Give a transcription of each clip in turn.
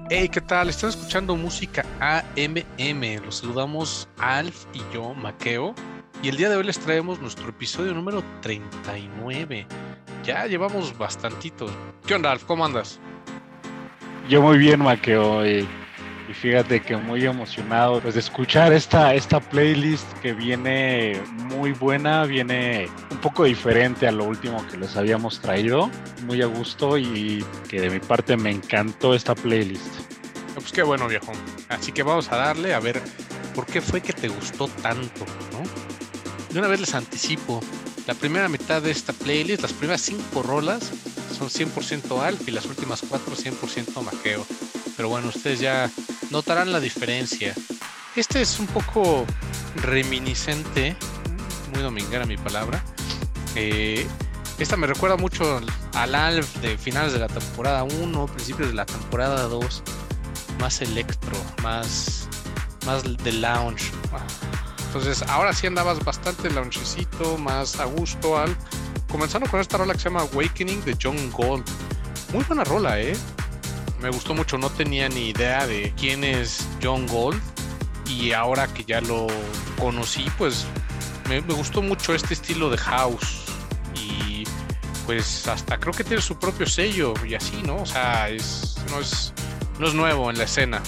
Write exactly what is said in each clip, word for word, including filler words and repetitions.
Hey, ¿qué tal? Están escuchando música A M M. Los saludamos Alf y yo, Maqueo. Y el día de hoy les traemos nuestro episodio número treinta y nueve. Ya llevamos bastantitos. ¿Qué onda, Alf? ¿Cómo andas? Yo muy bien, Maqueo. Y, y fíjate que muy emocionado pues, de escuchar esta, esta playlist que viene muy buena, viene un poco diferente a lo último que les habíamos traído. Muy a gusto y que de mi parte me encantó esta playlist. Pues qué bueno, viejo. Así que vamos a darle a ver por qué fue que te gustó tanto, ¿no? De una vez les anticipo, la primera mitad de esta playlist, las primeras cinco rolas son cien por ciento Alf y las últimas cuatro cien por ciento Maqueo. Pero bueno, ustedes ya notarán la diferencia. Este es un poco reminiscente, muy dominguera mi palabra. Eh, esta me recuerda mucho al, al Alf de finales de la temporada uno, principios de la temporada dos. Más electro, más, más de lounge. Entonces, ahora sí andabas bastante loungecito, más a gusto, Al. Comenzando con esta rola que se llama Awakening de John Gold. Muy buena rola, ¿eh? Me gustó mucho, no tenía ni idea de quién es John Gold. Y ahora que ya lo conocí, pues me, me gustó mucho este estilo de house. Y pues hasta creo que tiene su propio sello y así, ¿no? O sea, es, no es... No es nuevo en la escena.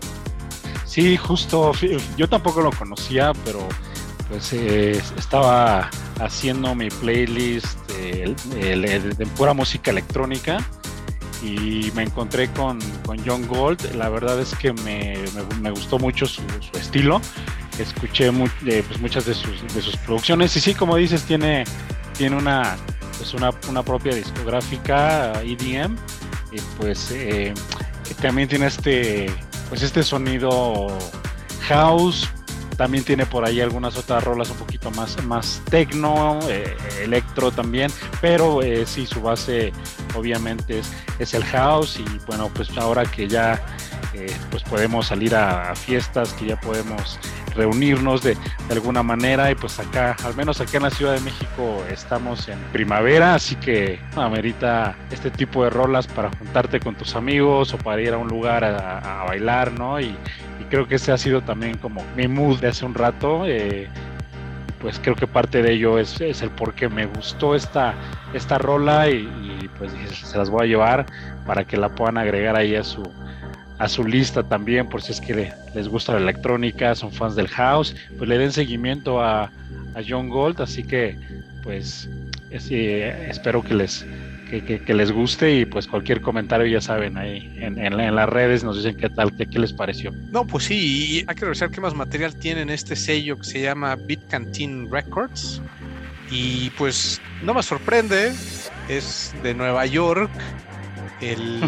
Sí, justo, yo tampoco lo conocía, pero pues eh, estaba haciendo mi playlist eh, el, el, de pura música electrónica y me encontré con, con John Gold. La verdad es que me, me, me gustó mucho su, su estilo. Escuché muy, eh, pues muchas de sus, de sus producciones y sí, como dices, tiene, tiene una, pues una, una propia discográfica E D M y pues... Eh, también tiene este pues este sonido house, también tiene por ahí algunas otras rolas un poquito más, más techno, eh, electro también, pero eh, sí, su base obviamente es, es el house. Y bueno, pues ahora que ya eh, pues podemos salir a, a fiestas, que ya podemos reunirnos de, de alguna manera, y pues acá, al menos acá en la Ciudad de México, estamos en primavera, así que amerita este tipo de rolas para juntarte con tus amigos o para ir a un lugar a, a bailar, ¿no? Y, y creo que ese ha sido también como mi mood de hace un rato. Eh, pues creo que parte de ello es, es el por qué me gustó esta, esta rola y, y pues se las voy a llevar para que la puedan agregar ahí a su a su lista también, por si es que le, les gusta la electrónica, son fans del house, pues le den seguimiento a, a John Gold. Así que pues es, eh, espero que les que, que, que les guste, y pues cualquier comentario ya saben, ahí en, en, en las redes nos dicen qué tal, qué, qué les pareció. No, pues sí, y hay que revisar qué más material tienen este sello que se llama Beat Canteen Records, y pues no me sorprende, es de Nueva York el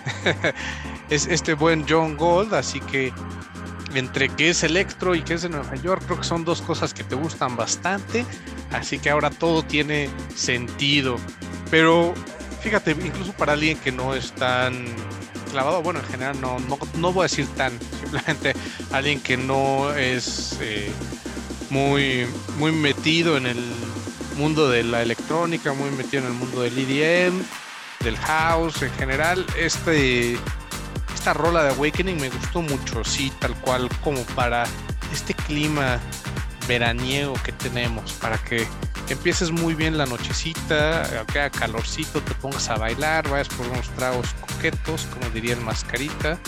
es este buen John Gold, así que entre que es electro y que es de Nueva York, creo que son dos cosas que te gustan bastante, así que ahora todo tiene sentido. Pero fíjate, incluso para alguien que no es tan clavado, bueno, en general no, no, no voy a decir tan, simplemente alguien que no es eh, muy, muy metido en el mundo de la electrónica, muy metido en el mundo del E D M, del house en general, este esta rola de Awakening me gustó mucho, sí, tal cual como para este clima veraniego que tenemos, para que empieces muy bien la nochecita, que haga calorcito, te pongas a bailar, vayas por unos tragos coquetos, como diría el Mascarita,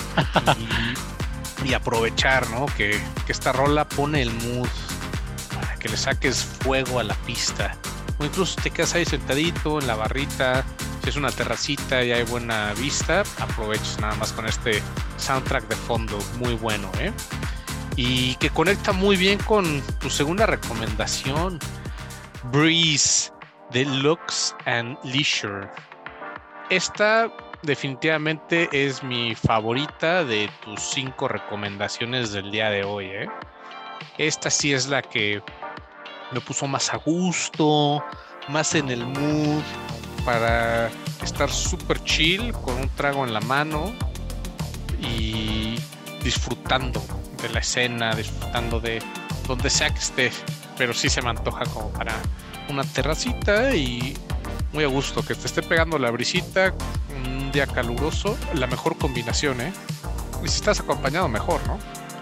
y, y aprovechar, ¿no? Que, que esta rola pone el mood para que le saques fuego a la pista, o incluso te quedas ahí sentadito en la barrita. Si es una terracita y hay buena vista, aproveches nada más con este soundtrack de fondo, muy bueno, ¿eh? Y que conecta muy bien con tu segunda recomendación, Breeze, de Lux and Leisure. Esta definitivamente es mi favorita de tus cinco recomendaciones del día de hoy, ¿eh? Esta sí es la que me puso más a gusto, más en el mood, para estar súper chill con un trago en la mano y disfrutando de la escena, disfrutando de donde sea que esté, pero sí se me antoja como para una terracita y muy a gusto, que te esté pegando la brisita, un día caluroso, la mejor combinación, ¿eh? y si estás acompañado mejor, ¿no?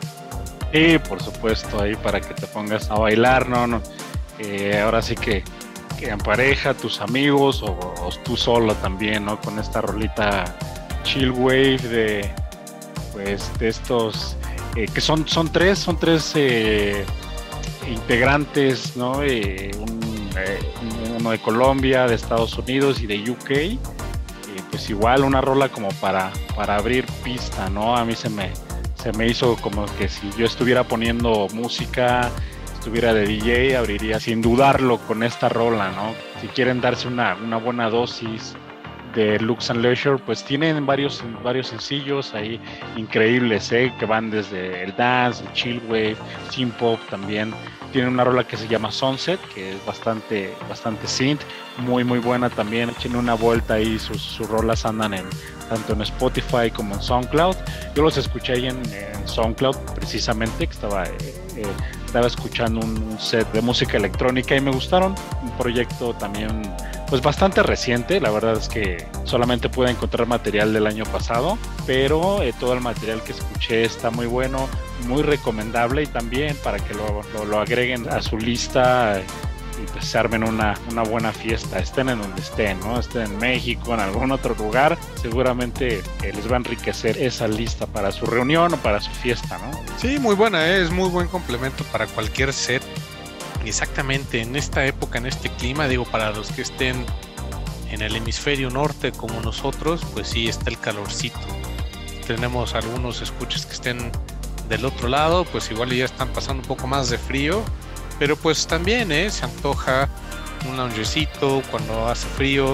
Sí, por supuesto, ahí para que te pongas a bailar, ¿no? no eh, ahora sí que, que en pareja, tus amigos o, o tú solo también, ¿no? Con esta rolita chill wave de, pues, de estos, eh, que son, son tres, son tres eh, integrantes, ¿no? Eh, un, eh, uno de Colombia, de Estados Unidos y de U K. Eh, pues igual una rola como para, para abrir pista, ¿no? A mí se me, se me hizo como que si yo estuviera poniendo música, estuviera de D J, abriría sin dudarlo con esta rola, ¿no? Si quieren darse una, una buena dosis de Lux and Leisure, pues tienen varios, varios sencillos ahí increíbles, ¿eh? Que van desde el dance, el chill wave, synth pop también. Tienen una rola que se llama Sunset, que es bastante, bastante synth, muy muy buena también. Echen una vuelta ahí, sus, sus rolas andan en tanto en Spotify como en SoundCloud. Yo los escuché ahí en, en SoundCloud precisamente, que estaba, eh, eh, estaba escuchando un, un set de música electrónica y me gustaron. Un proyecto también pues bastante reciente, la verdad es que solamente pude encontrar material del año pasado, pero eh, todo el material que escuché está muy bueno, muy recomendable y también para que lo, lo, lo agreguen a su lista y pues se armen una, una buena fiesta, estén en donde estén, ¿no? Estén en México, en algún otro lugar, seguramente eh, les va a enriquecer esa lista para su reunión o para su fiesta, ¿no? Sí, muy buena, ¿eh? Es muy buen complemento para cualquier set. Exactamente, en esta época, en este clima, digo, para los que estén en el hemisferio norte como nosotros, pues sí, está el calorcito. Tenemos algunos escuchas que estén del otro lado, pues igual ya están pasando un poco más de frío, pero pues también, ¿eh? Se antoja un loungecito cuando hace frío,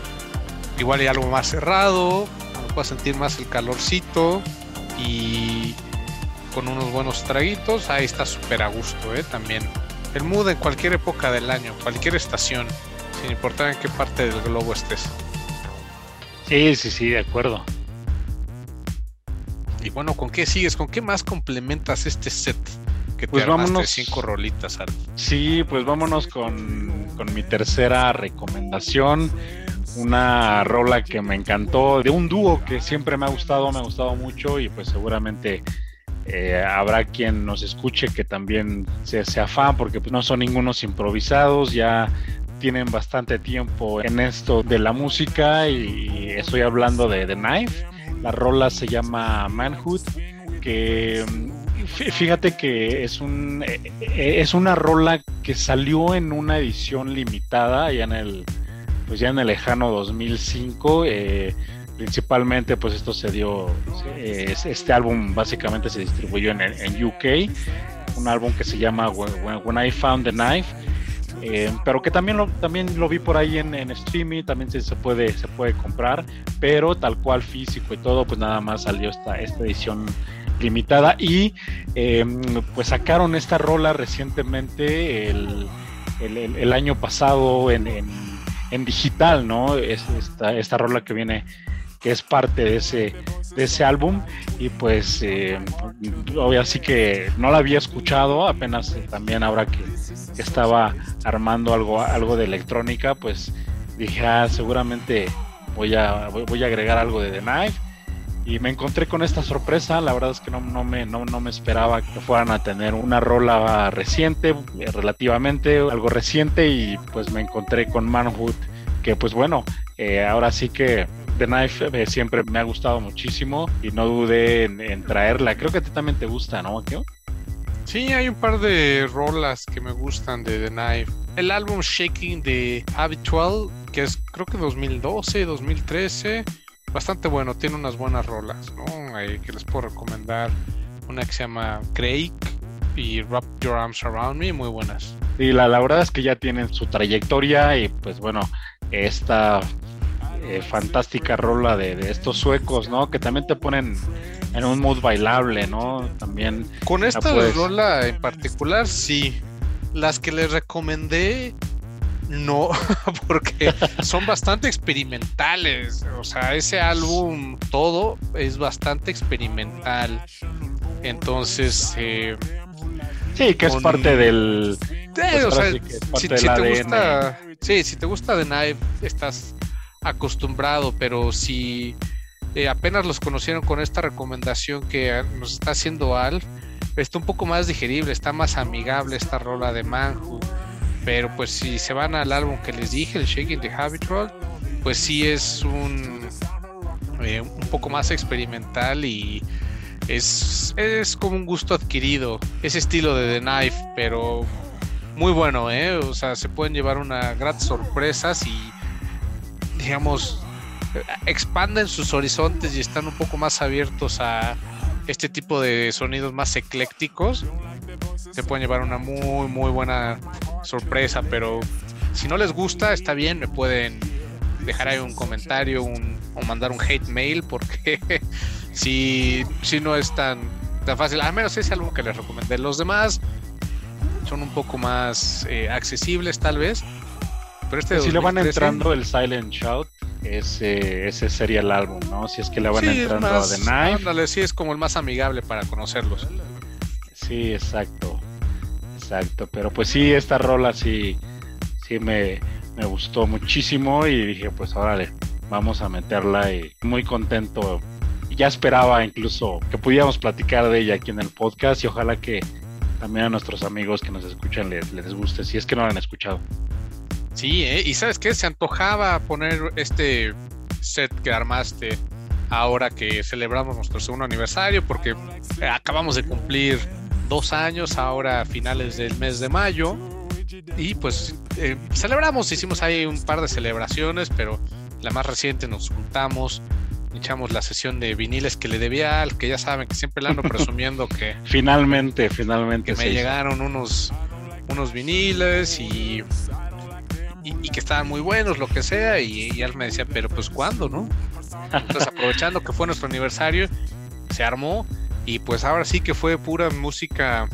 igual hay algo más cerrado, uno puede sentir más el calorcito y con unos buenos traguitos, ahí está súper a gusto, ¿eh? También. El mood en cualquier época del año, cualquier estación, sin importar en qué parte del globo estés. Sí, sí, sí, de acuerdo. Y bueno, ¿con qué sigues? ¿Con qué más complementas este set que te pues armaste vámonos, cinco rolitas, Art? Sí, pues vámonos con, con mi tercera recomendación. Una rola que me encantó, de un dúo que siempre me ha gustado, me ha gustado mucho y pues seguramente... Eh, habrá quien nos escuche que también sea, sea fan, porque pues no son ningunos improvisados, ya tienen bastante tiempo en esto de la música y estoy hablando de The Knife. La rola se llama Manhood, que fíjate que es, un, es una rola que salió en una edición limitada ya en el, pues ya en el lejano dos mil cinco. eh, Principalmente, pues esto se dio, eh, este álbum básicamente se distribuyó en, en U K, un álbum que se llama When, When I Found the Knife, eh, pero que también lo, también lo vi por ahí en, en streaming, también se, se, puede, se puede comprar, pero tal cual físico y todo, pues nada más salió esta, esta edición limitada y eh, pues sacaron esta rola recientemente el, el, el, el año pasado en, en, en digital, ¿no? Es esta, esta rola que viene que es parte de ese, de ese álbum y pues eh, obvio así que no la había escuchado, apenas eh, también ahora que, que estaba armando algo, algo de electrónica, pues dije, ah, seguramente voy a, voy, voy a agregar algo de The Knife y me encontré con esta sorpresa. La verdad es que no, no, me, no, no me esperaba que fueran a tener una rola reciente, relativamente algo reciente y pues me encontré con Manhood, que pues bueno, eh, ahora sí que The Knife eh, siempre me ha gustado muchísimo y no dudé en, en traerla. Creo que a ti también te gusta, ¿no, Akio? Sí, hay un par de rolas que me gustan de The Knife. El álbum Shaking de Habitual, que es creo que dos mil doce, dos mil trece, bastante bueno, tiene unas buenas rolas, ¿no? Ahí que les puedo recomendar. Una que se llama Craig y Wrap Your Arms Around Me, muy buenas. Sí, la, la verdad es que ya tienen su trayectoria y pues bueno, esta eh, fantástica rola de, de estos suecos, ¿no? Que también te ponen en un mood bailable, ¿no? También. Con esta puedes... rola en particular, sí. Las que les recomendé, no, porque son bastante experimentales. O sea, ese álbum todo es bastante experimental. Entonces, eh, sí, que es con... parte del. Eh, o sea, si, si te gusta, sí, si te gusta The Knife, estás acostumbrado, pero si eh, apenas los conocieron con esta recomendación que nos está haciendo Alf, está un poco más digerible, está más amigable esta rola de Manhu, pero pues si se van al álbum que les dije, el Shaking the Habitual, pues sí es un eh, un poco más experimental y es, es como un gusto adquirido, ese estilo de The Knife, pero muy bueno, ¿eh? O sea, se pueden llevar una gran sorpresas y, digamos, expanden sus horizontes y están un poco más abiertos a este tipo de sonidos más eclécticos. Se pueden llevar una muy, muy buena sorpresa, pero si no les gusta, está bien, me pueden dejar ahí un comentario un, o mandar un hate mail, porque si, si no es tan, tan fácil, al menos ese álbum que les recomendé. Los demás son un poco más eh, accesibles tal vez, pero este si le van entrando el Silent Shout, ese, ese sería el álbum, ¿no? Si es que le van sí, entrando más, a The Knife. Ándale, sí, es como el más amigable para conocerlos. Sí, exacto, exacto, pero pues sí, esta rola sí, sí me, me gustó muchísimo y dije, pues órale, vamos a meterla y muy contento. Ya esperaba incluso que pudiéramos platicar de ella aquí en el podcast y ojalá que también a nuestros amigos que nos escuchan les, les guste, si es que no la han escuchado. Sí, ¿eh? Y ¿sabes qué? Se antojaba poner este set que armaste ahora que celebramos nuestro segundo aniversario, porque acabamos de cumplir dos años ahora a finales del mes de mayo y pues eh, celebramos, hicimos ahí un par de celebraciones, pero la más reciente nos juntamos, echamos la sesión de viniles que le debía al que ya saben que siempre le ando presumiendo que finalmente, finalmente que me llegaron unos, unos viniles y, y, y que estaban muy buenos, lo que sea, y, y él me decía, pero pues ¿cuándo, no? Entonces aprovechando que fue nuestro aniversario, se armó y pues ahora sí que fue pura música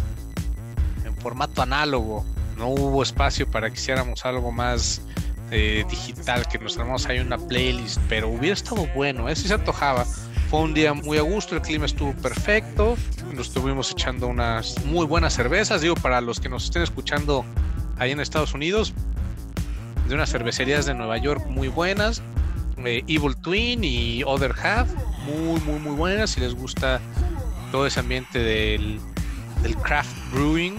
en formato análogo, no hubo espacio para que hiciéramos algo más Eh, digital, que nos armamos ahí una playlist, pero hubiera estado bueno, ¿eh? Sí se antojaba. Fue un día muy a gusto, el clima estuvo perfecto, nos estuvimos echando unas muy buenas cervezas, digo, para los que nos estén escuchando ahí en Estados Unidos, de unas cervecerías de Nueva York muy buenas, eh, Evil Twin y Other Half, muy, muy, muy buenas, si les gusta todo ese ambiente del, del craft brewing.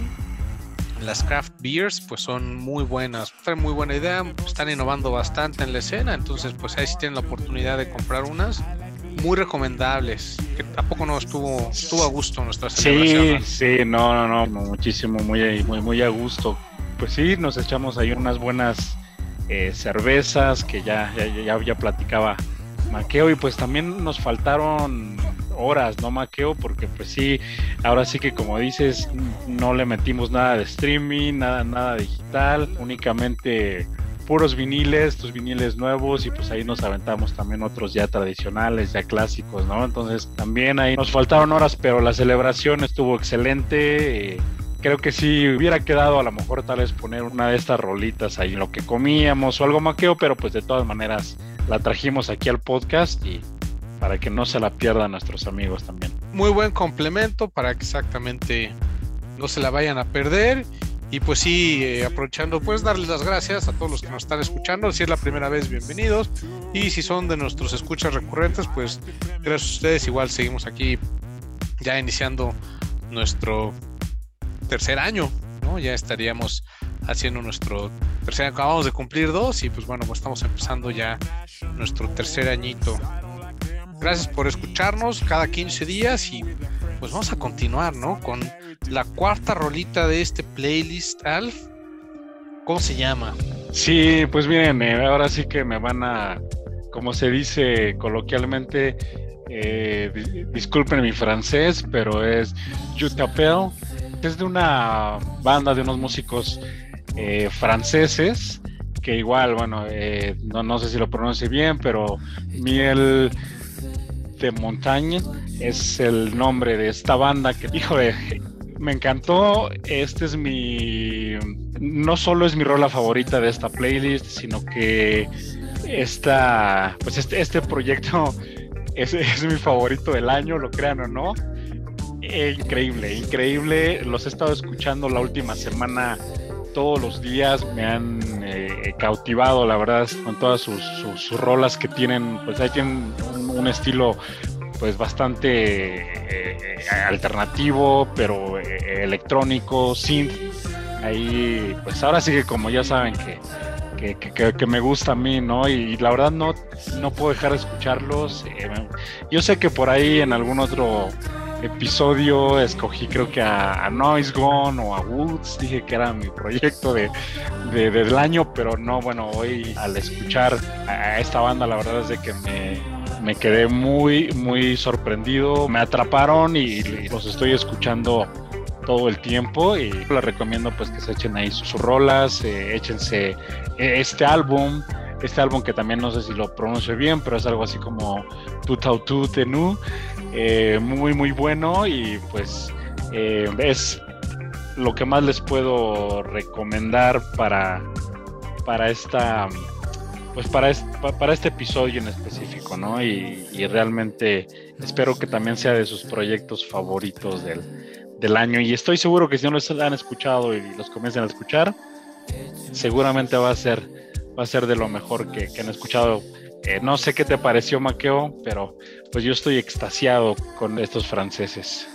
Las craft beers pues son muy buenas, traen muy buena idea, están innovando bastante en la escena, entonces pues ahí sí tienen la oportunidad de comprar unas muy recomendables, que tampoco no estuvo estuvo a gusto nuestra celebración. Sí, sí, no, no, no, muchísimo, muy, muy, muy a gusto. Pues sí, nos echamos ahí unas buenas eh, cervezas que ya, ya, ya, ya platicaba Maqueo, y pues también nos faltaron horas, ¿no, Maqueo? Porque pues sí, ahora sí que como dices, no le metimos nada de streaming, nada, nada digital, únicamente puros viniles, tus viniles nuevos, y pues ahí nos aventamos también otros ya tradicionales, ya clásicos, ¿no? Entonces también ahí nos faltaron horas, pero la celebración estuvo excelente. eh, Creo que sí hubiera quedado a lo mejor tal vez poner una de estas rolitas ahí en lo que comíamos o algo, Maqueo, pero pues de todas maneras la trajimos aquí al podcast y para que no se la pierdan nuestros amigos también. Muy buen complemento para que exactamente no se la vayan a perder. Y pues sí, eh, aprovechando, pues darles las gracias a todos los que nos están escuchando. Si es la primera vez, bienvenidos. Y si son de nuestros escuchas recurrentes, pues gracias a ustedes. Igual seguimos aquí ya iniciando nuestro tercer año, ¿no? Ya estaríamos haciendo nuestro tercer año. Acabamos de cumplir dos y pues bueno, pues estamos empezando ya nuestro tercer añito. Gracias por escucharnos cada quince días y pues vamos a continuar, ¿no? Con la cuarta rolita de este playlist, Alf. ¿Cómo se llama? Sí, pues miren, eh, ahora sí que me van a, como se dice coloquialmente, eh, dis- disculpen mi francés, pero es Je t'appelle. Es de una banda de unos músicos eh, franceses que igual, bueno, eh, no, no sé si lo pronuncie bien, pero Miel de Montaña es el nombre de esta banda que, híjole, me encantó. Este es mi, no solo es mi rola favorita de esta playlist, sino que esta, pues este, este proyecto es, es mi favorito del año, lo crean o no. Eh, increíble, increíble. Los he estado escuchando la última semana todos los días, me han eh, eh, cautivado, la verdad, con todas sus, sus, sus rolas que tienen, pues ahí tienen un, un estilo pues bastante eh, alternativo, pero eh, electrónico, synth. Ahí, pues ahora sí que como ya saben que, que, que, que me gusta a mí, ¿no? Y la verdad no, no puedo dejar de escucharlos. Eh, yo sé que por ahí en algún otro episodio escogí creo que a, a Noise Gone o a Woods, dije que era mi proyecto de, de, de del año, pero no, bueno, hoy al escuchar a esta banda la verdad es de que me, me quedé muy, muy sorprendido, me atraparon y, y los estoy escuchando todo el tiempo y les recomiendo pues que se echen ahí sus, sus rolas, eh, échense este álbum, este álbum que también no sé si lo pronuncio bien, pero es algo así como Tutautu Tenu, eh, muy muy bueno y pues eh, es lo que más les puedo recomendar para, para esta pues para este, para este episodio en específico, ¿no? Y, y realmente espero que también sea de sus proyectos favoritos del del año y estoy seguro que si no los han escuchado y los comiencen a escuchar, seguramente va a ser va a ser de lo mejor que, que han escuchado. Eh, no sé qué te pareció, Maqueo, pero pues yo estoy extasiado con estos franceses.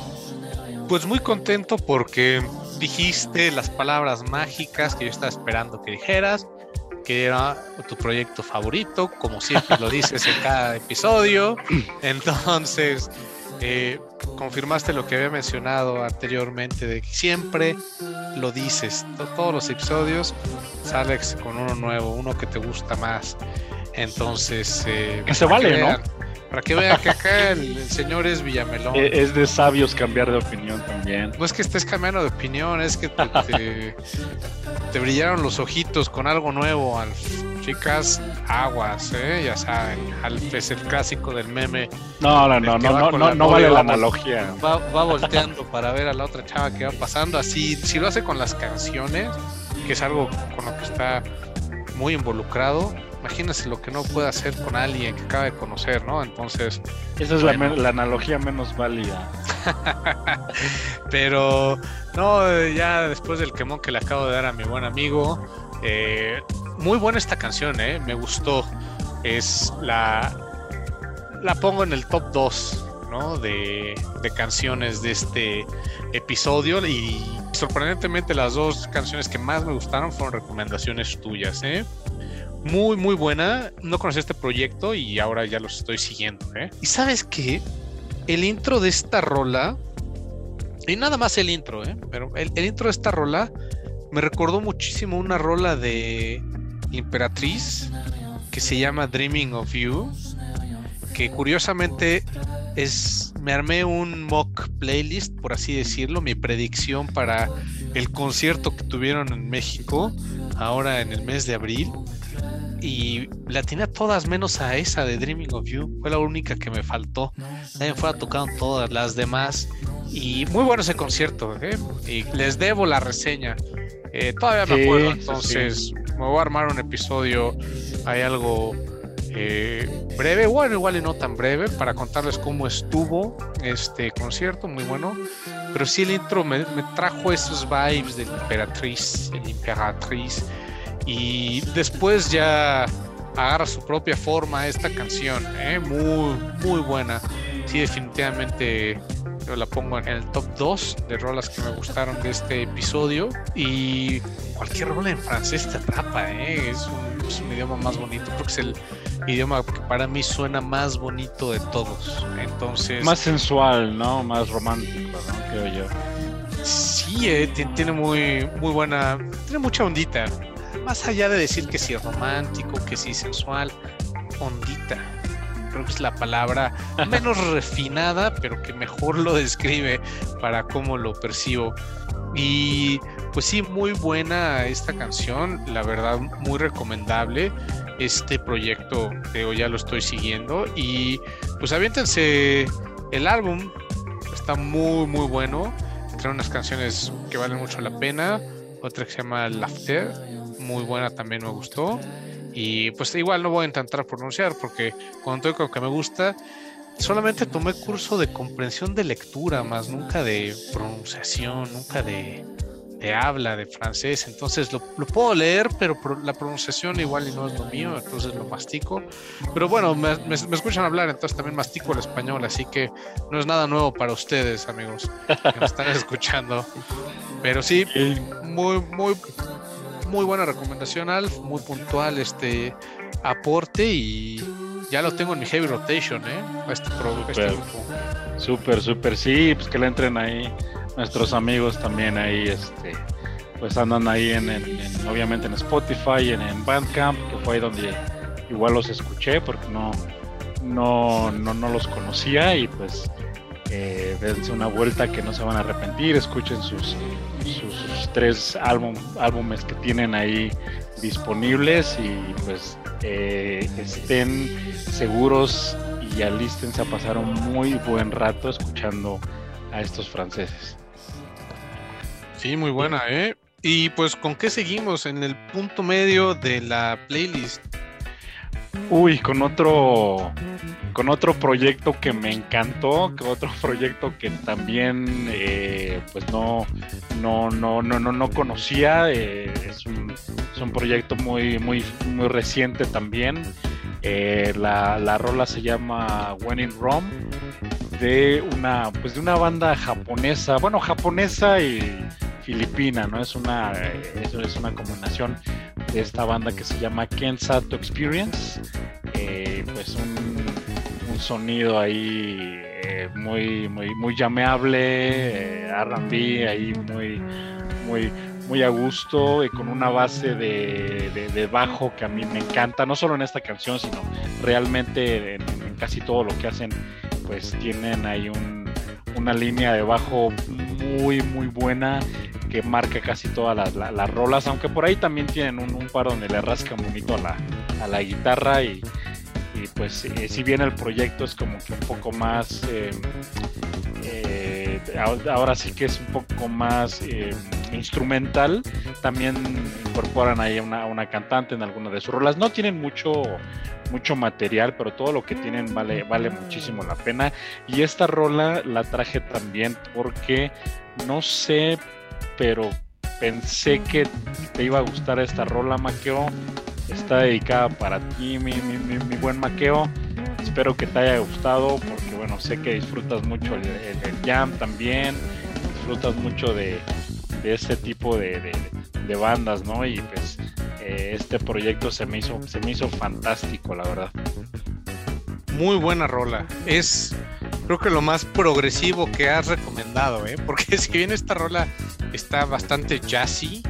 Pues muy contento porque dijiste las palabras mágicas que yo estaba esperando que dijeras, que era tu proyecto favorito, como siempre lo dices en cada episodio. Entonces Eh, confirmaste lo que había mencionado anteriormente, de que siempre lo dices, to- todos los episodios sales con uno nuevo, uno que te gusta más. Entonces, eh, que se para vale, que vean, ¿no? para que vean que acá el, el señor es Villamelón. Eh, es de sabios cambiar de opinión también. No es que estés cambiando de opinión, es que te, te, te brillaron los ojitos con algo nuevo. Al, chicas, aguas, ¿eh? Ya saben, al, es el clásico del meme. No, no, no, no, no, no, no vale la analogía. Va, va volteando para ver a la otra chava que va pasando. Así, si lo hace con las canciones, que es algo con lo que está muy involucrado, imagínense lo que no puede hacer con alguien que acaba de conocer, ¿no? Entonces, esa es bueno. la, la analogía menos válida. Pero no, ya después del quemón que le acabo de dar a mi buen amigo, eh, muy buena esta canción, eh, me gustó. Es la la pongo en el top dos, ¿no? De, de canciones de este episodio y sorprendentemente las dos canciones que más me gustaron fueron recomendaciones tuyas, ¿eh? Muy, muy buena. No conocía este proyecto y ahora ya los estoy siguiendo, ¿eh? Y ¿sabes qué? El intro de esta rola, y nada más el intro, ¿eh? Pero el, el intro de esta rola me recordó muchísimo una rola de Imperatriz que se llama Dreaming of You, que curiosamente es, me armé un mock playlist, por así decirlo, mi predicción para el concierto que tuvieron en México ahora en el mes de abril, y la tenía todas menos a esa de Dreaming of You. Fue la única que me faltó. También fuera tocado todas las demás y muy bueno ese concierto, ¿eh? Y les debo la reseña. Eh, todavía me Sí, acuerdo, sí, entonces sí. me voy a armar un episodio. Hay algo eh, breve, bueno, igual y no tan breve, para contarles cómo estuvo este concierto, muy bueno. Pero sí, el intro me, me trajo esos vibes de la Imperatriz, el Imperatriz. Y después ya agarra su propia forma esta canción, ¿eh? Muy, muy buena. Sí, definitivamente yo la pongo en el top dos de rolas que me gustaron de este episodio. Y cualquier rola en francés te atrapa, ¿eh? Es un, es un idioma más bonito. Creo que es el idioma que para mí suena más bonito de todos. Entonces, más sensual, ¿no? Más romántico, ¿no? Creo yo. Sí, eh, tiene muy, muy buena, tiene mucha ondita. Más allá de decir que sí romántico, que sí sensual, ondita. Creo que es la palabra menos refinada, pero que mejor lo describe para cómo lo percibo. Y pues sí, muy buena esta canción, la verdad, muy recomendable. Este proyecto, creo, ya lo estoy siguiendo. Y pues aviéntense el álbum, está muy, muy bueno. Trae unas canciones que valen mucho la pena. Otra que se llama Laughter, muy buena, también me gustó. Y pues igual no voy a intentar pronunciar porque cuando tengo que me gusta, solamente tomé curso de comprensión de lectura, más nunca de pronunciación, nunca de, de habla de francés, entonces lo, lo puedo leer, pero pro, la pronunciación igual y no es lo mío, entonces lo mastico. Pero bueno, me, me, me escuchan hablar, entonces también mastico el español, así que no es nada nuevo para ustedes, amigos, que me están escuchando. Pero sí, muy, muy, muy buena recomendación, Alf, muy puntual este aporte y ya lo tengo en mi heavy rotation, ¿eh? Este, pro, este grupo. Súper, súper, sí, pues que le entren ahí nuestros amigos también ahí, este, pues andan ahí en, en, en obviamente en Spotify, en, en Bandcamp, que fue ahí donde igual los escuché porque no, no, no, no los conocía y pues eh, dense una vuelta que no se van a arrepentir, escuchen sus, sus, sus tres álbum, álbumes que tienen ahí disponibles y pues eh, estén seguros y alístense a pasar un muy buen rato escuchando a estos franceses. Sí, muy buena, ¿eh? Y pues, ¿con qué seguimos en el punto medio de la playlist? Uy, con otro con otro proyecto que me encantó, que otro proyecto que también eh, pues no no no no no, no conocía, eh, es un es un proyecto muy muy muy reciente también. Eh, la, la rola se llama When in Rome, de una pues de una banda japonesa, bueno, japonesa y filipina, ¿no? Es una es, es una combinación de esta banda que se llama Kensato Experience, eh, pues un, un sonido ahí eh, muy muy muy llameable, eh, R and B ahí muy muy muy a gusto y con una base de, de, de bajo que a mí me encanta, no solo en esta canción, sino realmente en, en casi todo lo que hacen, pues tienen ahí un, una línea de bajo muy muy buena que marca casi todas las, las, las rolas, aunque por ahí también tienen un, un par donde le rascan bonito a la, a la guitarra y, y pues eh, si bien el proyecto es como que un poco más eh, eh, ahora sí que es un poco más eh, instrumental, también incorporan ahí una, una cantante en alguna de sus rolas. No tienen mucho mucho material, pero todo lo que tienen vale, vale muchísimo la pena. Y esta rola la traje también porque no sé, pero pensé que te iba a gustar esta rola, Maqueo. Está dedicada para ti, mi, mi, mi, mi buen Maqueo. Espero que te haya gustado porque bueno, sé que disfrutas mucho el, el, el jam también, disfrutas mucho de, de este tipo de, de, de bandas, ¿no? Y pues eh, este proyecto se me hizo se me hizo fantástico, la verdad. Muy buena rola. Es creo que lo más progresivo que has recomendado, ¿eh? Porque si bien esta rola está bastante jazzy,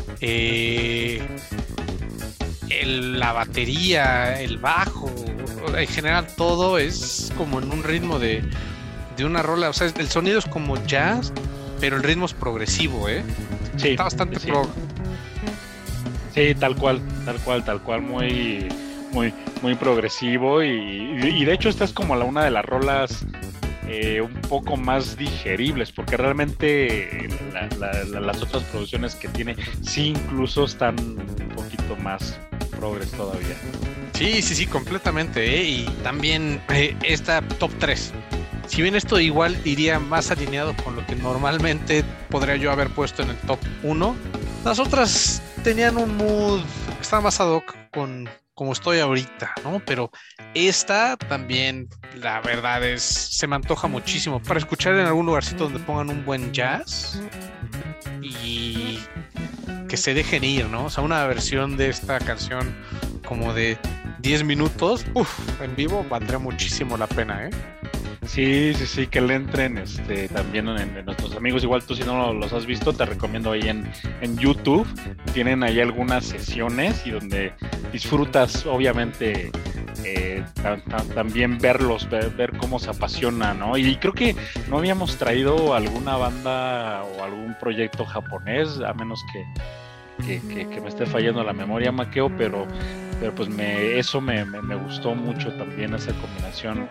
eh, el, la batería, el bajo, en general todo es como en un ritmo de, de una rola, o sea, el sonido es como jazz, pero el ritmo es progresivo, ¿eh? Sí, está bastante sí. pro. Sí, tal cual, tal cual, tal cual, muy, muy, muy progresivo y, y de hecho esta es como la una de las rolas eh, un poco más digeribles, porque realmente la, la, la, las otras producciones que tiene sí incluso están un poquito más progres todavía. Sí, sí, sí, completamente, ¿eh? Y también eh, esta top tres. Si bien esto igual iría más alineado con lo que normalmente podría yo haber puesto en el top uno, las otras tenían un mood, estaba más ad hoc con como estoy ahorita, ¿no? Pero esta también, la verdad es, se me antoja muchísimo para escuchar en algún lugarcito donde pongan un buen jazz y que se dejen ir, ¿no? O sea, una versión de esta canción como de diez minutos, uff, en vivo valdría muchísimo la pena, ¿eh? Sí, sí, sí, que le entren este, también en, en nuestros amigos. Igual tú si no los has visto, te recomiendo ahí en, en YouTube. Tienen ahí algunas sesiones y donde disfrutas, obviamente, eh, tam, tam, también verlos, ver, ver cómo se apasiona, ¿no? Y creo que no habíamos traído alguna banda o algún proyecto japonés, a menos que, que, que, que me esté fallando la memoria, Maqueo, pero... pero pues me, eso me, me, me gustó mucho también, esa combinación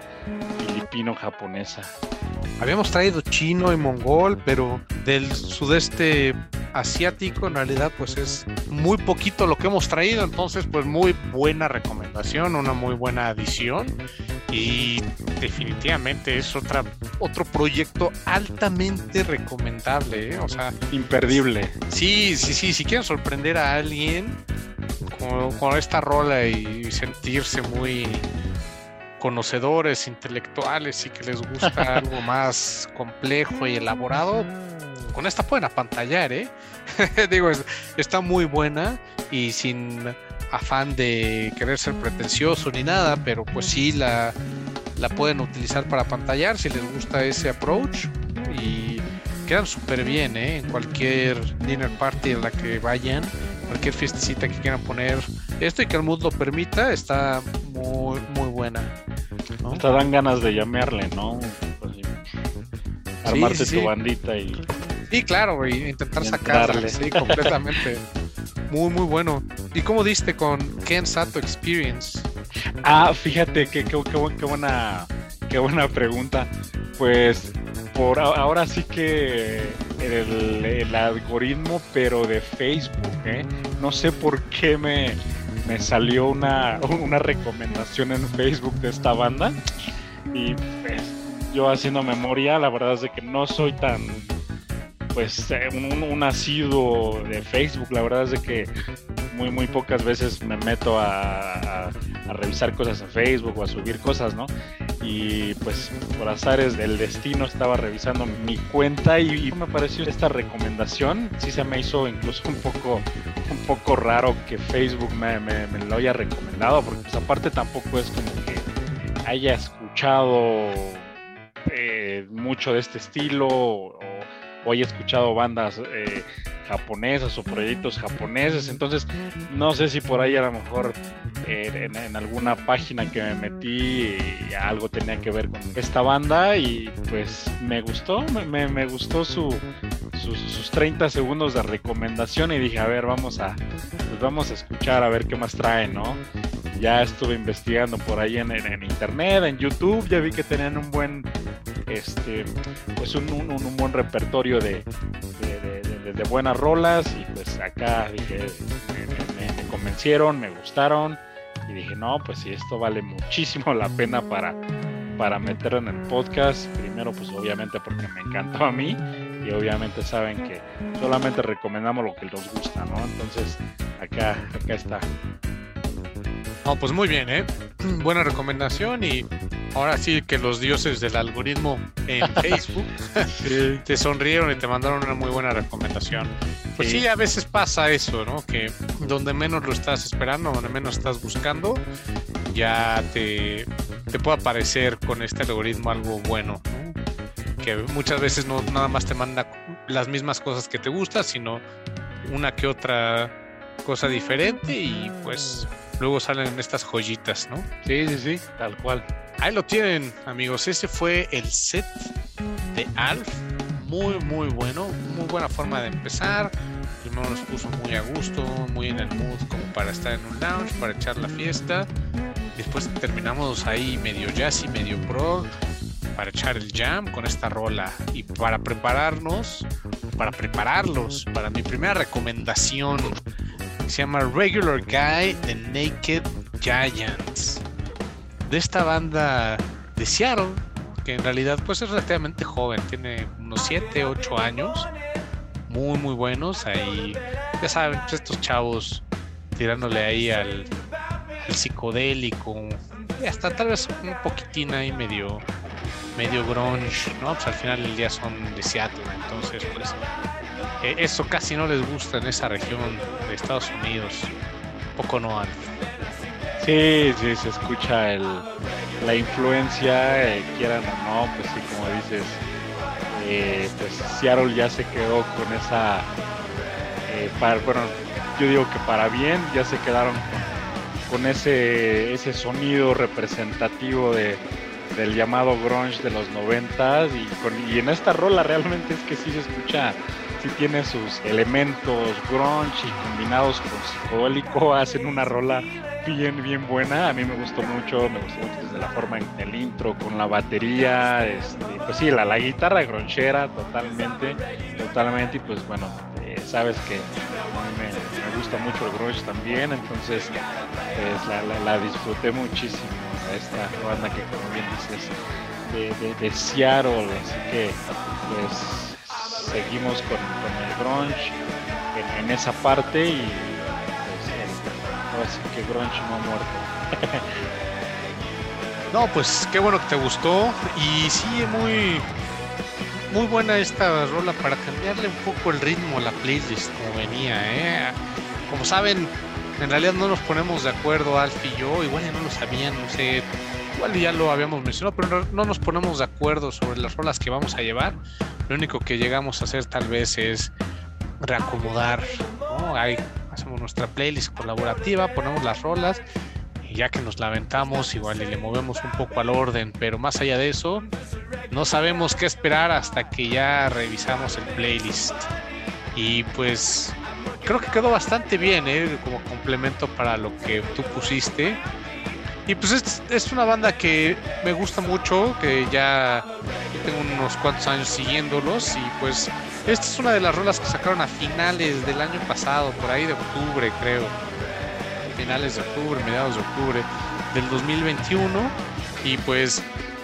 filipino-japonesa. Habíamos traído chino y mongol, pero del sudeste asiático, en realidad pues es muy poquito lo que hemos traído, entonces pues muy buena recomendación, una muy buena adición y definitivamente es otra, otro proyecto altamente recomendable, ¿eh? O sea, imperdible. Sí, sí, sí, si quieren sorprender a alguien con, con esta rola y sentirse muy conocedores, intelectuales y que les gusta algo más complejo y elaborado, con esta pueden apantallar, ¿eh? Digo, es, está muy buena y sin afán de querer ser pretencioso ni nada, pero pues sí la, la pueden utilizar para apantallar si les gusta ese approach y quedan súper bien, ¿eh? En cualquier dinner party a la que vayan, cualquier fiestecita que quieran poner esto y que el mood lo permita, está muy, muy buena, ¿no? Te dan ganas de llamearle, ¿no? Pues, armarte sí, sí, tu sí. bandita y... Sí, claro, y intentar sacarla, sí, completamente. Muy, muy bueno. ¿Y cómo diste con Ken Sato Experience? Ah, fíjate que qué, qué, qué buena, qué buena pregunta. Pues por ahora sí que el, el algoritmo, pero de Facebook, ¿eh? No sé por qué me, me salió una, una recomendación en Facebook de esta banda y pues yo haciendo memoria, la verdad es de que no soy tan pues un, un asiduo de Facebook, la verdad es de que muy muy pocas veces me meto a, a, a revisar cosas en Facebook o a subir cosas, ¿no? Y pues por azares del destino estaba revisando mi cuenta y, y me pareció esta recomendación, sí se me hizo incluso un poco un poco raro que Facebook me, me, me lo haya recomendado, porque pues aparte tampoco es como que haya escuchado eh, mucho de este estilo o, o haya escuchado bandas eh, japonesas o proyectos japoneses, entonces no sé si por ahí a lo mejor eh, en, en alguna página que me metí algo tenía que ver con esta banda y pues me gustó, me, me gustó su, sus, sus treinta segundos de recomendación y dije, a ver, vamos a, pues vamos a escuchar a ver qué más trae, ¿no? Ya estuve investigando por ahí en, en, en internet, en YouTube, ya vi que tenían un buen este pues un, un, un buen repertorio de, de, de, de, de buenas rolas y pues acá dije, me, me, me convencieron, me gustaron y dije, no, pues sí, esto vale muchísimo la pena para, para meterlo en el podcast. Primero pues obviamente porque me encantó a mí y obviamente saben que solamente recomendamos lo que nos gusta, ¿no? Entonces acá, acá está. No, pues muy bien, ¿eh? Buena recomendación y ahora sí que los dioses del algoritmo en Facebook sí. te sonrieron y te mandaron una muy buena recomendación. Pues sí. sí, a veces pasa eso, ¿no? Que donde menos lo estás esperando, donde menos estás buscando, ya te, te puede aparecer con este algoritmo algo bueno, ¿no? Que muchas veces no nada más te manda las mismas cosas que te gustan, sino una que otra cosa diferente y pues luego salen estas joyitas, ¿no? Sí, sí, sí, tal cual. Ahí lo tienen, amigos. Ese fue el set de Alf. Muy, muy bueno. Muy buena forma de empezar. Primero nos puso muy a gusto, muy en el mood como para estar en un lounge, para echar la fiesta. Después terminamos ahí medio jazzy, medio prog, para echar el jam con esta rola. Y para prepararnos, para prepararlos para mi primera recomendación, se llama Regular Guy de Naked Giants, de esta banda de Seattle, que en realidad pues es relativamente joven, tiene unos siete, ocho años, muy muy buenos, ahí ya saben, pues estos chavos tirándole ahí al, al psicodélico, y hasta tal vez un poquitín ahí medio medio grunge, ¿no? Pues al final del día son de Seattle, entonces pues eh, eso casi no les gusta en esa región de Estados Unidos, poco no han. Sí, sí, se escucha el, la influencia, eh, quieran o no, pues sí, como dices, eh, pues Seattle ya se quedó con esa, eh, para, bueno, yo digo que para bien, ya se quedaron con, con ese, ese sonido representativo de, del llamado grunge de los noventas y, con, y en esta rola realmente es que sí se escucha, sí tiene sus elementos grunge y combinados con psicodélico, hacen una rola bien, bien buena. A mí me gustó mucho, me gustó mucho desde la forma en el intro, con la batería, este, pues sí, la, la guitarra grunchera totalmente, totalmente, y pues bueno, eh, sabes que me, me gusta mucho el grunge también, entonces pues, la, la, la disfruté muchísimo, esta banda que, como bien dices, de, de, de Seattle, así que pues seguimos con, con el grunge en, en esa parte y pues el, ahora sí que grunge no ha muerto. No, pues qué bueno que te gustó y sí, muy muy buena esta rola para cambiarle un poco el ritmo a la playlist como venía, ¿eh? Como saben, en realidad no nos ponemos de acuerdo Alf y yo, igual ya no lo sabían, no sé, igual ya lo habíamos mencionado, pero no nos ponemos de acuerdo sobre las rolas que vamos a llevar. Lo único que llegamos a hacer tal vez es reacomodar, ¿no? Ahí hacemos nuestra playlist colaborativa, ponemos las rolas y ya que nos la aventamos igual y le movemos un poco al orden, pero más allá de eso no sabemos qué esperar hasta que ya revisamos el playlist. Y pues creo que quedó bastante bien, ¿eh? Como complemento para lo que tú pusiste. Y pues es, es una banda que me gusta mucho, que ya tengo unos cuantos años siguiéndolos. Y pues esta es una de las rolas que sacaron a finales del año pasado, por ahí de octubre creo. Finales de octubre, mediados de octubre del dos mil veintiuno. Y pues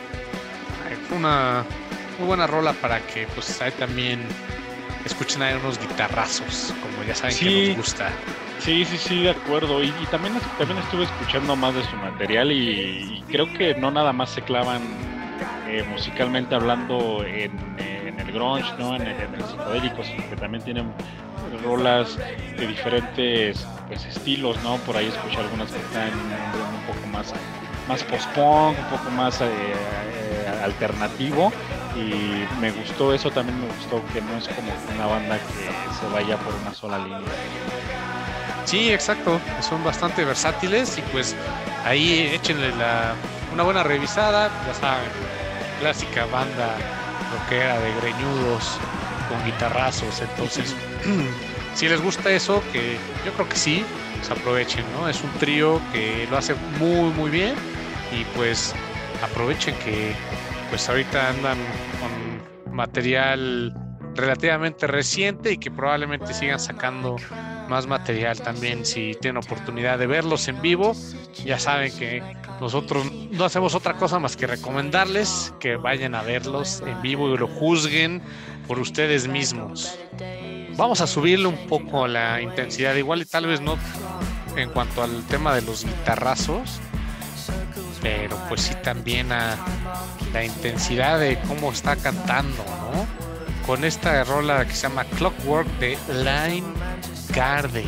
una muy buena rola para que pues ahí también escuchen ahí unos guitarrazos, como ya saben, sí, que nos gusta. Sí, sí, sí, de acuerdo. Y, y también, también estuve escuchando más de su material y, y creo que no nada más se clavan eh, musicalmente hablando en, en el grunge, ¿no? En el, en el psicodélico, sino que también tienen rolas de diferentes pues, estilos, ¿no? Por ahí escuché algunas que están un, un poco más, más post-punk, un poco más eh, eh, alternativo. Y me gustó eso, también me gustó que no es como una banda que se vaya por una sola línea. Sí, exacto, son bastante versátiles y pues ahí échenle la, una buena revisada, ya saben, clásica banda rockera de greñudos con guitarrazos, entonces si les gusta eso, que yo creo que sí, pues aprovechen, ¿no? Es un trío que lo hace muy muy bien y pues aprovechen que pues ahorita andan con material relativamente reciente y que probablemente sigan sacando más material también. Si tienen oportunidad de verlos en vivo, ya saben que nosotros no hacemos otra cosa más que recomendarles que vayan a verlos en vivo y lo juzguen por ustedes mismos. Vamos a subirle un poco la intensidad, igual y tal vez no en cuanto al tema de los guitarrazos, pero pues sí también a la intensidad de cómo está cantando, ¿no? Con esta rola que se llama Clockwork de Line Garden,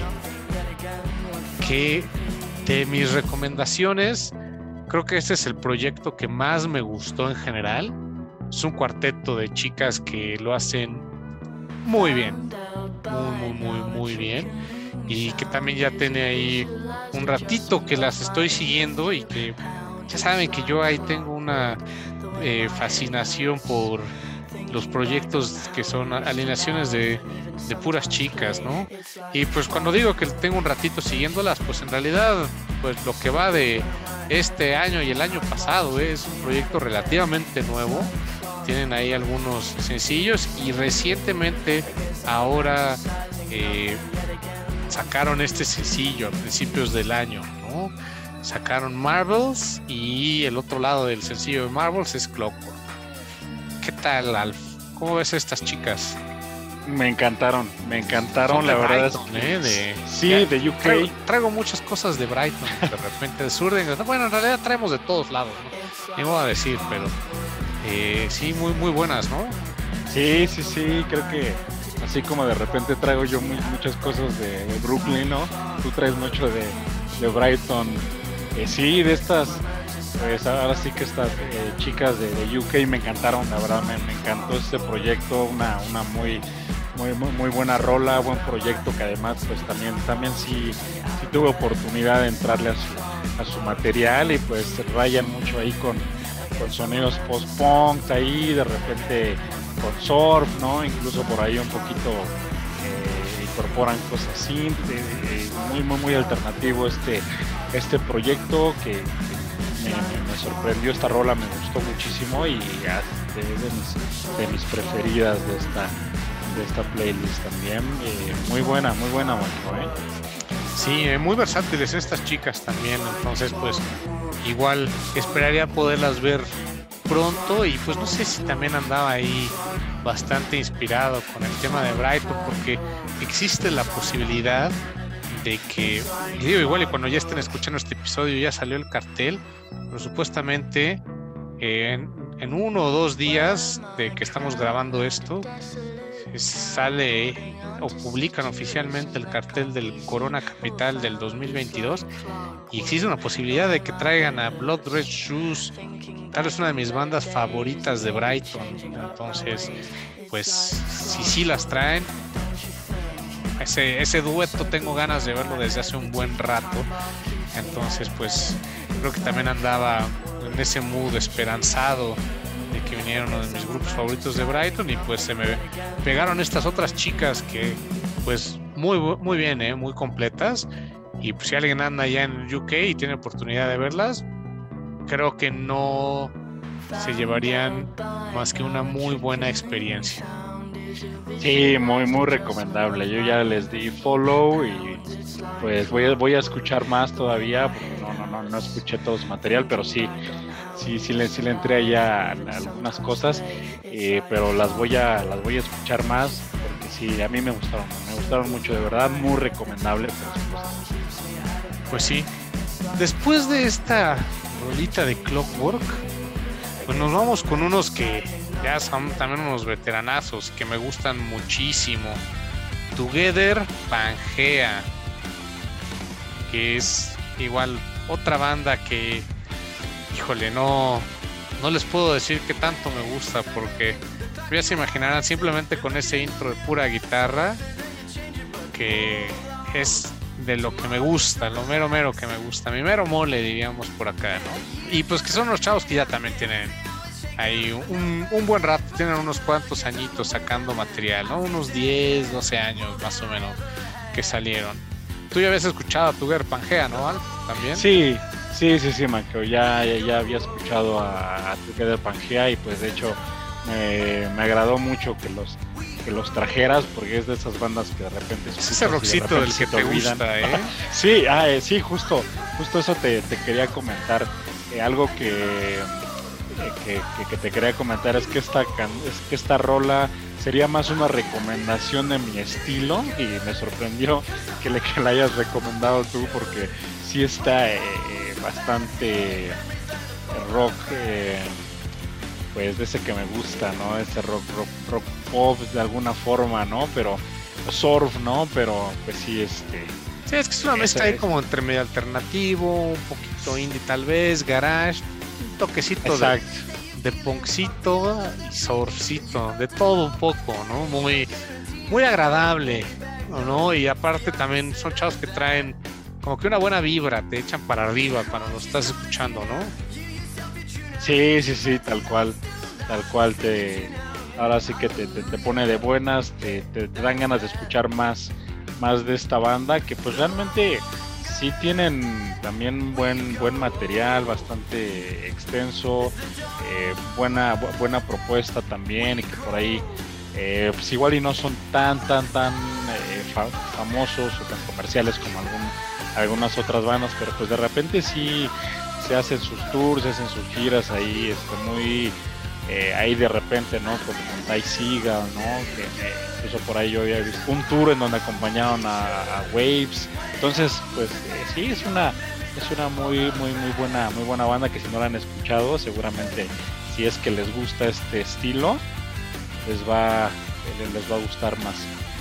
que de mis recomendaciones creo que este es el proyecto que más me gustó en general. Es un cuarteto de chicas que lo hacen muy bien, muy muy muy muy bien, y que también ya tiene ahí un ratito que las estoy siguiendo y que ya saben que yo ahí tengo una eh, fascinación por los proyectos que son alineaciones de, de puras chicas, ¿no? Y pues cuando digo que tengo un ratito siguiéndolas, pues en realidad pues lo que va de este año y el año pasado ¿eh? Es un proyecto relativamente nuevo. Tienen ahí algunos sencillos y recientemente ahora eh, sacaron este sencillo a principios del año, ¿no? Sacaron Marvels y el otro lado del sencillo de Marvels es Clockwork. ¿Qué tal, Alf? ¿Cómo ves a estas chicas? Me encantaron, me encantaron, la verdad. Brighton, ¿eh? De, sí, ya, de U K. Traigo, traigo muchas cosas de Brighton, de repente de Surden. Bueno, en realidad traemos de todos lados, ¿no? Ni modo a decir, pero eh, sí, muy, muy buenas, ¿no? Sí, sí, sí, creo que así como de repente traigo yo muy, muchas cosas de, de Brooklyn, ¿no? Tú traes mucho de, de Brighton. Eh, sí, de estas, pues ahora sí que estas eh, chicas de, de U K me encantaron, la verdad, me, me encantó este proyecto, una, una muy, muy, muy, muy buena rola, buen proyecto que además pues también, también sí, sí tuve oportunidad de entrarle a su, a su material y pues rayan mucho ahí con, con sonidos post-punk ahí, de repente con surf, ¿no? Incluso por ahí un poquito eh, incorporan cosas synth, eh, muy, muy, muy alternativo este este proyecto que, que me, me sorprendió. Esta rola me gustó muchísimo y es de, de, mis, de mis preferidas de esta, de esta playlist también. Eh, muy buena, muy buena, bueno, ¿eh? Sí, eh, muy versátiles estas chicas también, entonces pues igual esperaría poderlas ver pronto y pues no sé si también andaba ahí bastante inspirado con el tema de Brighton, porque existe la posibilidad de que, y digo igual y cuando ya estén escuchando este episodio ya salió el cartel, pero supuestamente eh, en, en uno o dos días de que estamos grabando esto sale o publican oficialmente el cartel del Corona Capital del dos mil veintidós y existe una posibilidad de que traigan a Blood Red Shoes, tal vez una de mis bandas favoritas de Brighton. Entonces pues si sí las traen, ese, ese dueto tengo ganas de verlo desde hace un buen rato. Entonces pues creo que también andaba en ese mood esperanzado de que viniera uno de mis grupos favoritos de Brighton y pues se me pegaron estas otras chicas que pues muy, muy bien, ¿eh? Muy completas, y pues si alguien anda allá en U K y tiene oportunidad de verlas, creo que no se llevarían más que una muy buena experiencia. Sí, muy muy recomendable. Yo ya les di follow y pues voy a, voy a escuchar más todavía porque no no no no escuché todo su material, pero sí sí sí le, sí le entré allá a, a algunas cosas, eh, pero las voy a las voy a escuchar más porque sí, a mí me gustaron, me gustaron mucho, de verdad, muy recomendable, por supuesto. Pues sí. Después de esta rolita de Clockwork, pues nos vamos con unos que ya son también unos veteranazos que me gustan muchísimo. Together Pangea, que es igual otra banda que, híjole, no, no les puedo decir qué tanto me gusta, porque ya se imaginarán simplemente con ese intro de pura guitarra, que es de lo que me gusta, lo mero mero que me gusta, mi mero mole, diríamos por acá, ¿no? Y pues que son unos chavos que ya también tienen ahí un, un buen rato, tienen unos cuantos añitos sacando material, ¿no? Unos diez, doce años más o menos que salieron. Tú ya habías escuchado a Together Pangea, ¿no, Al? ¿También? Sí, sí, sí, sí, Maqueo, ya, ya, ya había escuchado a, a Together Pangea y pues de hecho me, me agradó mucho que los que los trajeras, porque es de esas bandas que de repente es ese rockcito del que te, te gusta, ¿eh? Sí, ah, eh, sí, justo, justo eso te, te quería comentar. Eh, algo que, que, que, que te quería comentar es que esta can, es que esta rola sería más una recomendación de mi estilo y me sorprendió que, le, que la hayas recomendado tú, porque sí está eh, bastante rock, eh, pues de ese que me gusta, ¿no? Ese rock, rock, rock pop de alguna forma, ¿no? Pero surf, ¿no? Pero pues sí, este... Sí, es que es una mezcla ahí como entre medio alternativo, un poquito indie tal vez, garage, un toquecito de, de punkcito y surfcito, de todo un poco, ¿no? Muy, muy agradable, ¿no? Y aparte también son chavos que traen como que una buena vibra, te echan para arriba cuando lo estás escuchando, ¿no? Sí, sí, sí, tal cual, tal cual te, ahora sí que te, te, te pone de buenas, te, te, te dan ganas de escuchar más, más de esta banda, que pues realmente sí tienen también buen, buen material, bastante extenso, eh, buena, bu- buena propuesta también, y que por ahí, eh, pues igual y no son tan, tan, tan eh, fa- famosos o tan comerciales como algún, algunas otras bandas, pero pues de repente sí se hacen sus tours, se hacen sus giras ahí, este, muy eh, ahí de repente, ¿no? Como con Ty Segall, ¿no? Que eh, incluso por ahí yo había visto un tour en donde acompañaron a, a Waves. Entonces, pues eh, sí, es una es una muy muy muy buena muy buena banda que si no la han escuchado, seguramente si es que les gusta este estilo, les va les, les va a gustar más.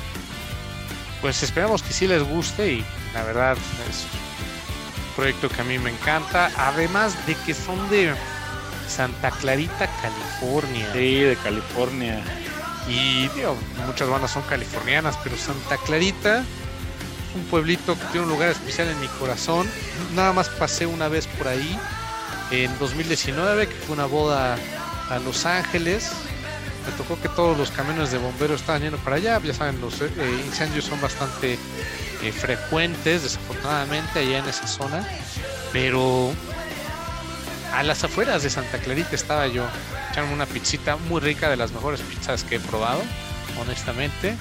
Pues esperamos que sí les guste, y la verdad es proyecto que a mí me encanta, además de que son de Santa Clarita, California. Sí, de California. Y digo, muchas bandas son californianas, pero Santa Clarita es un pueblito que tiene un lugar especial en mi corazón. Nada más pasé una vez por ahí en dos mil diecinueve, que fue una boda a Los Ángeles. Me tocó que todos los camiones de bomberos estaban yendo para allá. Ya saben, los eh, incendios son bastante eh, frecuentes, desafortunadamente, allá en esa zona. Pero a las afueras de Santa Clarita estaba yo, echándome una pizzita muy rica, de las mejores pizzas que he probado. honestamente.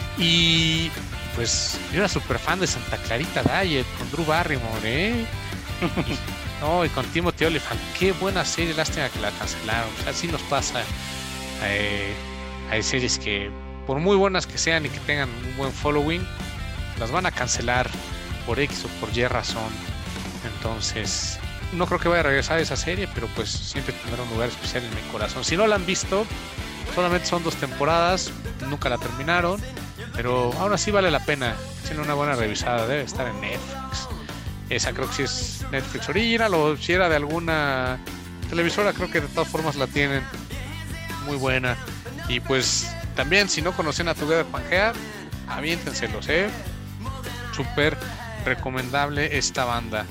Y pues yo era súper fan de Santa Clarita Diet con Drew Barrymore, ¿eh? Y, no, y con Timothy Olyphant. Qué buena serie, lástima que la cancelaron. O sea, así nos pasa. Eh, hay series que, por muy buenas que sean y que tengan un buen following, las van a cancelar por X o por Y razón. Entonces, no creo que vaya a regresar a esa serie, pero pues siempre tendrá un lugar especial en mi corazón. Si no la han visto, solamente son dos temporadas, nunca la terminaron, pero aún así vale la pena. Tiene una buena revisada, debe estar en Netflix. Esa creo que sí es Netflix Original, o si era de alguna televisora, creo que de todas formas la tienen. Muy buena. Y pues también, si no conocen a Together Pangea, aviéntenselos, eh. Súper recomendable esta banda.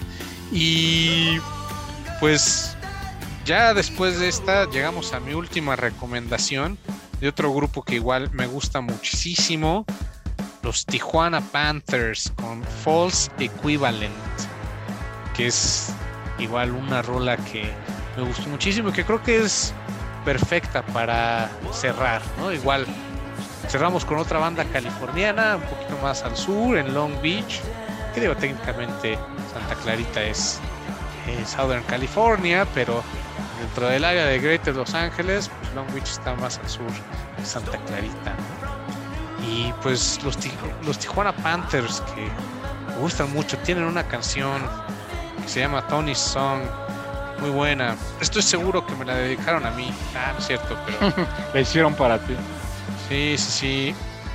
Y pues ya después de esta llegamos a mi última recomendación de otro grupo que igual me gusta muchísimo, los Tijuana Panthers con False Equivalent, que es igual una rola que me gustó muchísimo y que creo que es perfecta para cerrar, ¿no? Igual cerramos con otra banda californiana un poquito más al sur, en Long Beach, que digo, técnicamente Santa Clarita es eh, Southern California, pero dentro del área de Greater Los Ángeles, pues Long Beach está más al sur de Santa Clarita, ¿no? Y pues los, los Tijuana Panthers, que me gustan mucho, tienen una canción que se llama Tony's Song, muy buena. Estoy seguro que me la dedicaron a mí. Ah, no es cierto, pero la hicieron para ti. Sí, sí, sí.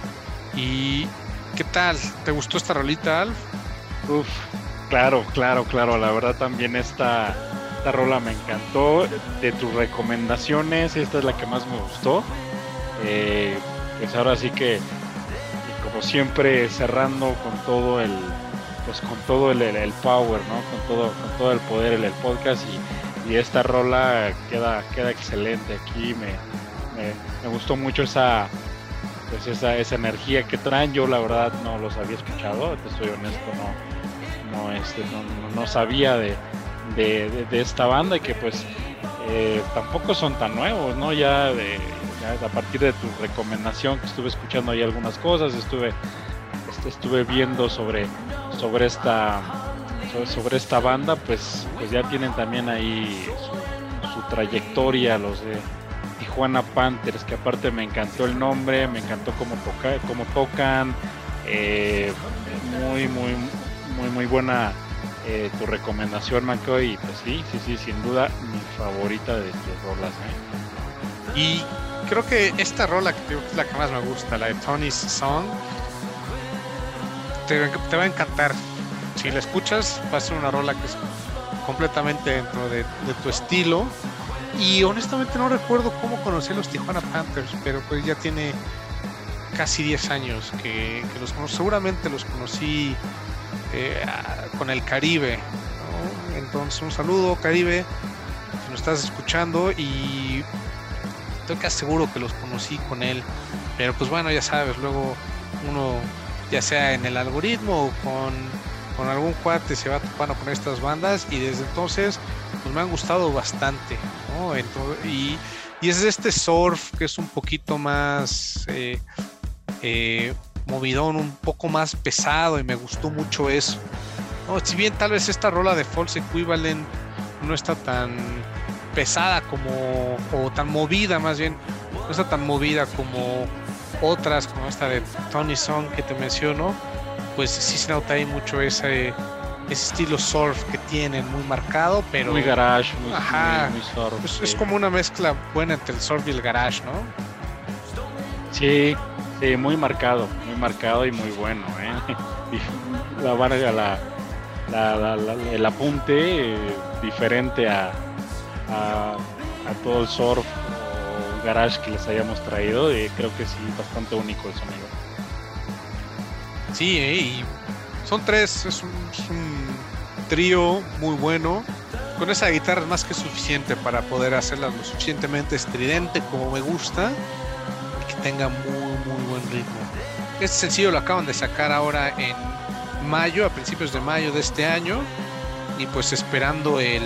¿Y qué tal? ¿Te gustó esta rolita, Alf? Uf, claro, claro, claro. La verdad también esta, esta rola me encantó. De tus recomendaciones, esta es la que más me gustó. Eh, pues ahora sí que, como siempre, cerrando con todo el, pues con todo el, el, el power, ¿no? Con todo, con todo el poder en el podcast, y, y esta rola queda, queda excelente aquí. Me, me, me gustó mucho esa, pues esa, esa energía que traen. Yo la verdad no los había escuchado, te soy honesto, no, no, este, no, no, no sabía de, de, de, de esta banda, y que pues eh, tampoco son tan nuevos, ¿no? Ya, de, ya a partir de tu recomendación, que estuve escuchando ahí algunas cosas, estuve estuve viendo sobre sobre esta sobre esta banda, pues pues ya tienen también ahí su, su trayectoria, los de Tijuana Panthers, que aparte me encantó el nombre, me encantó cómo toca, cómo tocan, eh, muy muy muy muy buena eh, tu recomendación, McCoy, y pues sí, sí, sí, sin duda mi favorita de tus rolas, ¿eh? Y creo que esta rola, que es la que más me gusta, la de Tony's Song, Te, te va a encantar. Si la escuchas, va a ser una rola que es completamente dentro de, de tu estilo. Y honestamente no recuerdo cómo conocí a los Tijuana Panthers, pero pues ya tiene casi diez años que, que los conocí. Seguramente los conocí eh, con el Caribe, ¿no? Entonces un saludo, Caribe, si nos estás escuchando, y estoy casi seguro que los conocí con él. Pero pues bueno, ya sabes, luego uno, ya sea en el algoritmo o con, con algún cuate, se va topando con estas bandas, y desde entonces pues me han gustado bastante, ¿no? Entonces, y, y es este surf que es un poquito más eh, eh, movidón, un poco más pesado, y me gustó mucho eso, ¿no? Si bien tal vez esta rola de False Equivalent no está tan pesada como, o tan movida, más bien, no está tan movida como otras, como esta de Tony's Song que te menciono, pues sí se nota ahí mucho ese, ese estilo surf que tienen, muy marcado, pero muy garage, muy, ajá, muy, muy surf. Es, sí. es como una mezcla buena entre el surf y el garage, ¿no? Sí, sí, muy marcado, muy marcado y muy bueno, ¿eh? Y la varga, la, la, la, la, el apunte eh, diferente a, a, a todo el surf garage que les hayamos traído, y creo que sí, bastante único el sonido. Sí, eh, y son tres, es un, es un trío muy bueno. Con esa guitarra es más que suficiente para poder hacerla lo suficientemente estridente como me gusta, y que tenga muy muy buen ritmo. Este sencillo lo acaban de sacar ahora en mayo, a principios de mayo de este año, y pues esperando el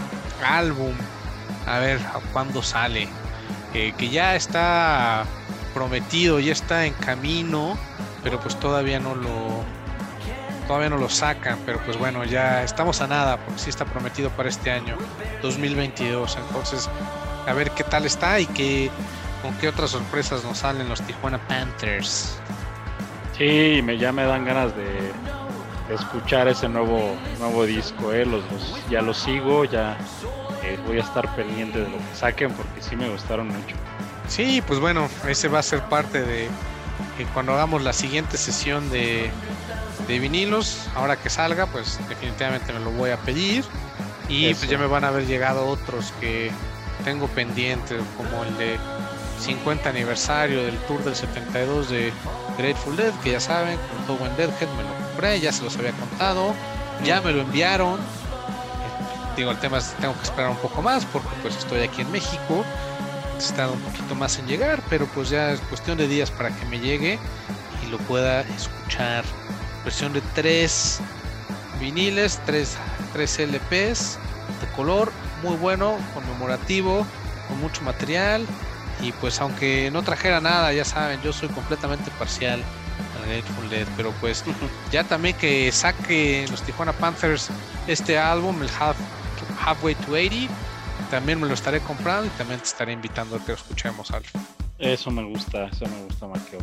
álbum, a ver a cuándo sale. Eh, que ya está prometido, ya está en camino, pero pues todavía no lo todavía no lo sacan, pero pues bueno, ya estamos a nada, porque sí está prometido para este año dos mil veintidós. Entonces, a ver qué tal está y qué, con qué otras sorpresas nos salen los Tijuana Panthers. Sí, me, ya me dan ganas de, de escuchar ese nuevo nuevo disco, eh. los, los, ya lo sigo, ya eh, voy a estar pendiente de lo que saquen porque sí me gustaron mucho. Sí, pues bueno, ese va a ser parte de que cuando hagamos la siguiente sesión de, de vinilos, ahora que salga, pues definitivamente me lo voy a pedir. Y Eso. pues ya me van a haber llegado otros que tengo pendientes, como el de cincuenta aniversario del tour del setenta y dos de Grateful Dead, que ya saben, con todo buen Deadhead me lo compré, ya se los había contado, ya me lo enviaron. Digo, el tema es que tengo que esperar un poco más porque pues estoy aquí en México, está un poquito más en llegar, pero pues ya es cuestión de días para que me llegue y lo pueda escuchar. Versión de tres viniles, tres, tres L Ps de color, muy bueno, conmemorativo, con mucho material. Y pues aunque no trajera nada, ya saben, yo soy completamente parcial al Grateful Dead, pero pues ya también que saque los Tijuana Panthers este álbum, el Half, Halfway to ochenta, también me lo estaré comprando y también te estaré invitando a que lo escuchemos, Alf. Eso me gusta, eso me gusta, Maqueo.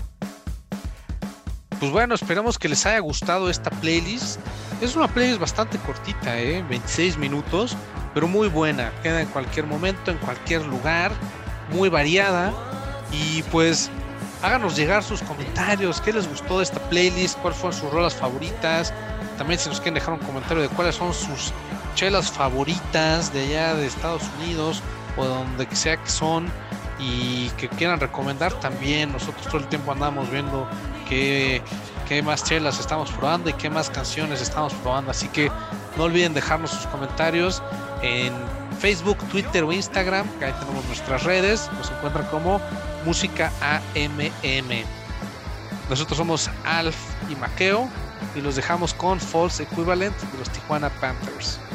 Pues bueno, esperamos que les haya gustado esta playlist. Es una playlist bastante cortita, ¿eh? veintiséis minutos, pero muy buena. Queda en cualquier momento, en cualquier lugar, muy variada. Y pues háganos llegar sus comentarios, qué les gustó de esta playlist, cuáles fueron sus rolas favoritas. También si nos quieren dejar un comentario de cuáles son sus chelas favoritas de allá de Estados Unidos o de donde sea que son y que quieran recomendar también. Nosotros todo el tiempo andamos viendo qué, qué más chelas estamos probando y qué más canciones estamos probando, así que no olviden dejarnos sus comentarios en Facebook, Twitter o Instagram, que ahí tenemos nuestras redes, nos encuentran como Música A M M. Nosotros somos Alf y Maqueo y los dejamos con False Equivalent de los Tijuana Panthers.